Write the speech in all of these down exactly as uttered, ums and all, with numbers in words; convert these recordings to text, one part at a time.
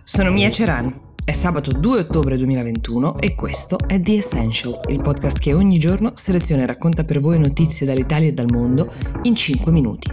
Sono Mia Ceran. È sabato due ottobre duemilaventuno e questo è The Essential, il podcast che ogni giorno seleziona e racconta per voi notizie dall'Italia e dal mondo in cinque minuti.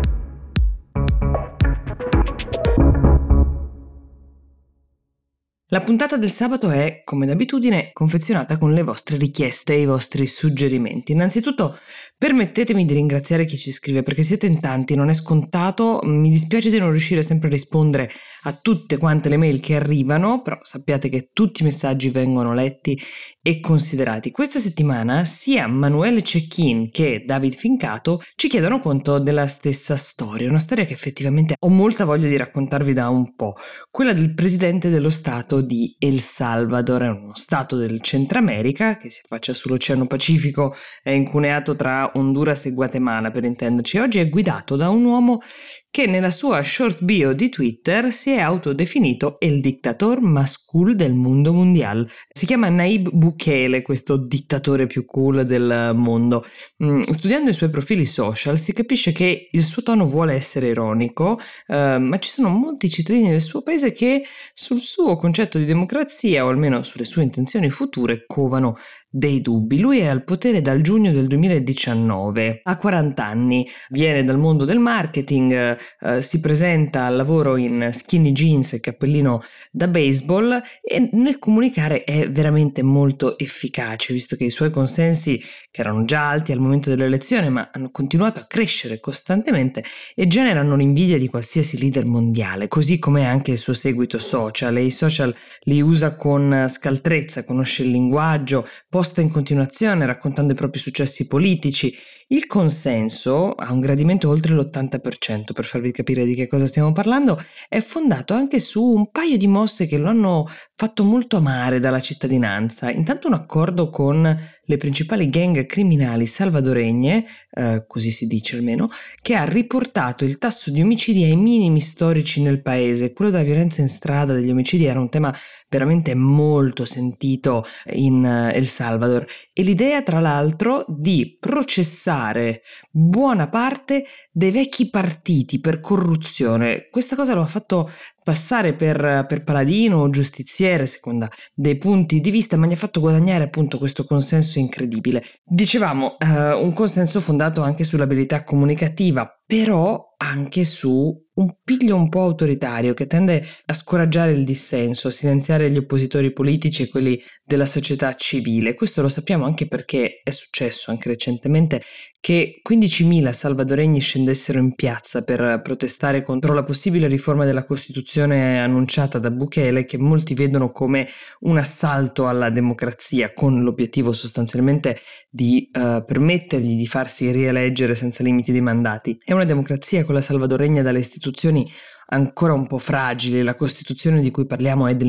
La puntata del sabato è, come d'abitudine, confezionata con le vostre richieste e i vostri suggerimenti. Innanzitutto, permettetemi di ringraziare chi ci scrive, perché siete in tanti, non è scontato, mi dispiace di non riuscire sempre a rispondere a tutte quante le mail che arrivano, però sappiate che tutti i messaggi vengono letti e considerati. Questa settimana sia Manuele Cecchin che David Fincato ci chiedono conto della stessa storia, una storia che effettivamente ho molta voglia di raccontarvi da un po', quella del presidente dello Stato di El Salvador. È uno stato del Centro America che si affaccia sull'Oceano Pacifico, è incuneato tra Honduras e Guatemala per intenderci. Oggi è guidato da un uomo che nella sua short bio di Twitter si è autodefinito il dictator más cool del mondo mondiale. Si chiama Nayib Bukele, questo dittatore più cool del mondo. Mm, studiando i suoi profili social si capisce che il suo tono vuole essere ironico, eh, ma ci sono molti cittadini del suo paese che sul suo concetto di democrazia, o almeno sulle sue intenzioni future, covano dei dubbi. Lui è al potere dal giugno del duemiladiciannove, ha quaranta anni, viene dal mondo del marketing, eh, si presenta al lavoro in skinny jeans e cappellino da baseball e nel comunicare è veramente molto efficace, visto che i suoi consensi, che erano già alti al momento dell'elezione ma hanno continuato a crescere costantemente e generano l'invidia di qualsiasi leader mondiale, così come anche il suo seguito social. E i social li usa con scaltrezza, conosce il linguaggio, posta in continuazione raccontando i propri successi politici. Il consenso, ha un gradimento oltre l'ottanta per cento, per farvi capire di che cosa stiamo parlando, è fondato anche su un paio di mosse che lo hanno fatto molto amare dalla cittadinanza. Intanto un accordo con le principali gang criminali salvadoregne, eh, così si dice almeno, che ha riportato il tasso di omicidi ai minimi storici nel paese. Quello della violenza in strada, degli omicidi, era un tema veramente molto sentito in El Salvador, e l'idea tra l'altro di processare buona parte dei vecchi partiti per corruzione. Questa cosa lo ha fatto passare per, per paladino o giustiziere, a seconda dei punti di vista, ma gli ha fatto guadagnare appunto questo consenso incredibile. Dicevamo, eh, un consenso fondato anche sull'abilità comunicativa, però anche su un piglio un po' autoritario che tende a scoraggiare il dissenso, a silenziare gli oppositori politici e quelli della società civile. Questo lo sappiamo anche perché è successo anche recentemente che quindicimila salvadoregni scendessero in piazza per protestare contro la possibile riforma della Costituzione annunciata da Bukele, che molti vedono come un assalto alla democrazia, con l'obiettivo sostanzialmente di uh, permettergli di farsi rieleggere senza limiti di mandati. È una democrazia, quella salvadoregna, dalle istituzioni ancora un po' fragili. La Costituzione di cui parliamo è del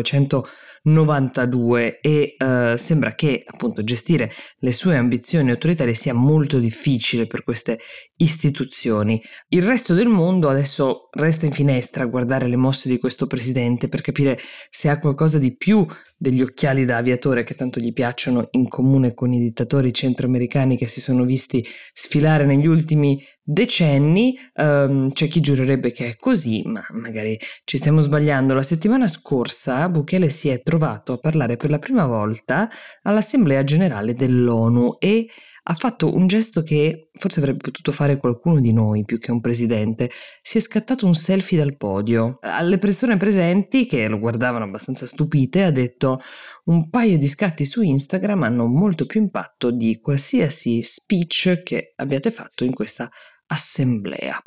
millenovecentonovantadue e uh, sembra che appunto gestire le sue ambizioni autoritarie sia molto difficile per queste istituzioni. Il resto del mondo adesso resta in finestra a guardare le mosse di questo presidente per capire se ha qualcosa di più degli occhiali da aviatore che tanto gli piacciono in comune con i dittatori centroamericani che si sono visti sfilare negli ultimi decenni. Um, c'è chi giurerebbe che è così, ma magari ci stiamo sbagliando. La settimana scorsa Bukele si è trovato a parlare per la prima volta all'Assemblea Generale dell'ONU e ha fatto un gesto che forse avrebbe potuto fare qualcuno di noi più che un presidente. Si è scattato un selfie dal podio. Alle persone presenti, che lo guardavano abbastanza stupite, ha detto: un paio di scatti su Instagram hanno molto più impatto di qualsiasi speech che abbiate fatto in questa assemblea.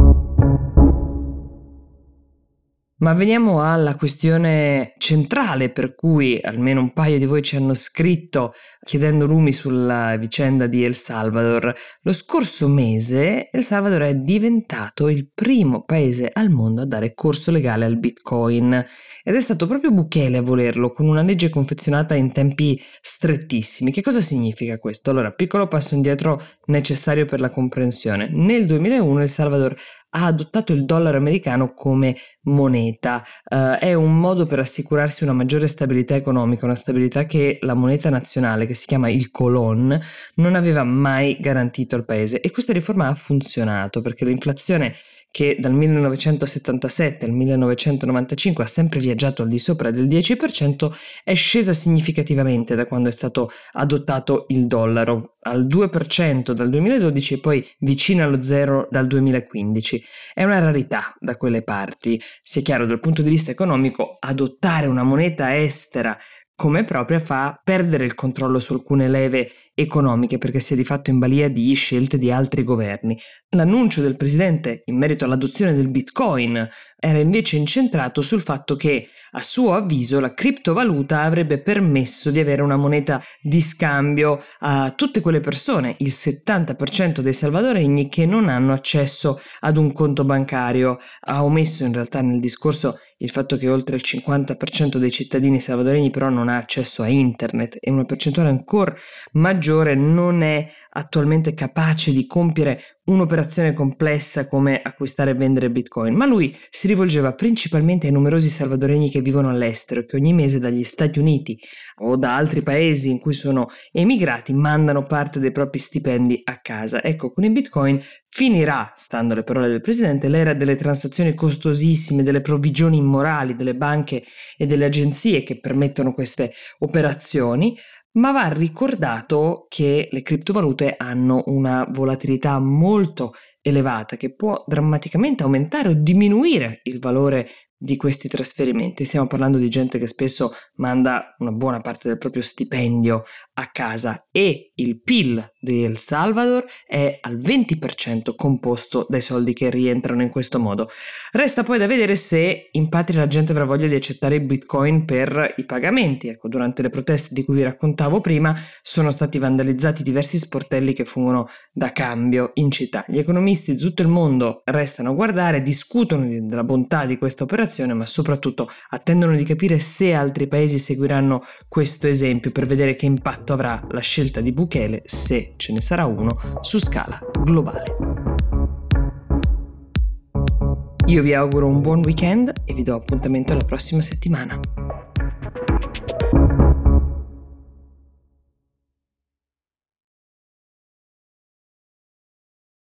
Ma veniamo alla questione centrale per cui almeno un paio di voi ci hanno scritto chiedendo lumi sulla vicenda di El Salvador. Lo scorso mese El Salvador è diventato il primo paese al mondo a dare corso legale al Bitcoin ed è stato proprio Bukele a volerlo, con una legge confezionata in tempi strettissimi. Che cosa significa questo? Allora, piccolo passo indietro necessario per la comprensione. Nel duemilauno El Salvador ha adottato il dollaro americano come moneta. Uh, è un modo per assicurarsi una maggiore stabilità economica, una stabilità che la moneta nazionale, che si chiama il colon, non aveva mai garantito al paese. E questa riforma ha funzionato perché l'inflazione, che dal millenovecentosettantasette al millenovecentonovantacinque ha sempre viaggiato al di sopra del dieci per cento, è scesa significativamente da quando è stato adottato il dollaro, al due per cento dal duemiladodici e poi vicino allo zero dal duemilaquindici. È una rarità da quelle parti. Sia chiaro, dal punto di vista economico, adottare una moneta estera come propria fa perdere il controllo su alcune leve economiche, perché si è di fatto in balia di scelte di altri governi. L'annuncio del presidente in merito all'adozione del Bitcoin era invece incentrato sul fatto che, a suo avviso, la criptovaluta avrebbe permesso di avere una moneta di scambio a tutte quelle persone, il settanta per cento dei salvadoregni, che non hanno accesso ad un conto bancario. Ha omesso in realtà nel discorso il fatto che oltre il cinquanta per cento dei cittadini salvadoregni però non ha accesso a internet, e una percentuale ancora maggiore non è attualmente capace di compiere un'operazione complessa come acquistare e vendere Bitcoin. Ma lui si rivolgeva principalmente ai numerosi salvadoregni che vivono all'estero, che ogni mese dagli Stati Uniti o da altri paesi in cui sono emigrati mandano parte dei propri stipendi a casa. Ecco, con i Bitcoin finirà, stando alle parole del presidente, l'era delle transazioni costosissime, delle provvigioni immorali delle banche e delle agenzie che permettono queste operazioni. Ma va ricordato che le criptovalute hanno una volatilità molto elevata che può drammaticamente aumentare o diminuire il valore di questi trasferimenti. Stiamo parlando di gente che spesso manda una buona parte del proprio stipendio a casa, e il P I L di El Salvador è al venti per cento composto dai soldi che rientrano in questo modo. Resta poi da vedere se in patria la gente avrà voglia di accettare il Bitcoin per i pagamenti. Ecco, durante le proteste di cui vi raccontavo prima sono stati vandalizzati diversi sportelli che fungono da cambio in città. Gli economisti di tutto il mondo restano a guardare, discutono della bontà di questa operazione, ma soprattutto attendono di capire se altri paesi seguiranno questo esempio, per vedere che impatto avrà la scelta di Bukele, se ce ne sarà uno, su scala globale. Io vi auguro un buon weekend e vi do appuntamento alla prossima settimana.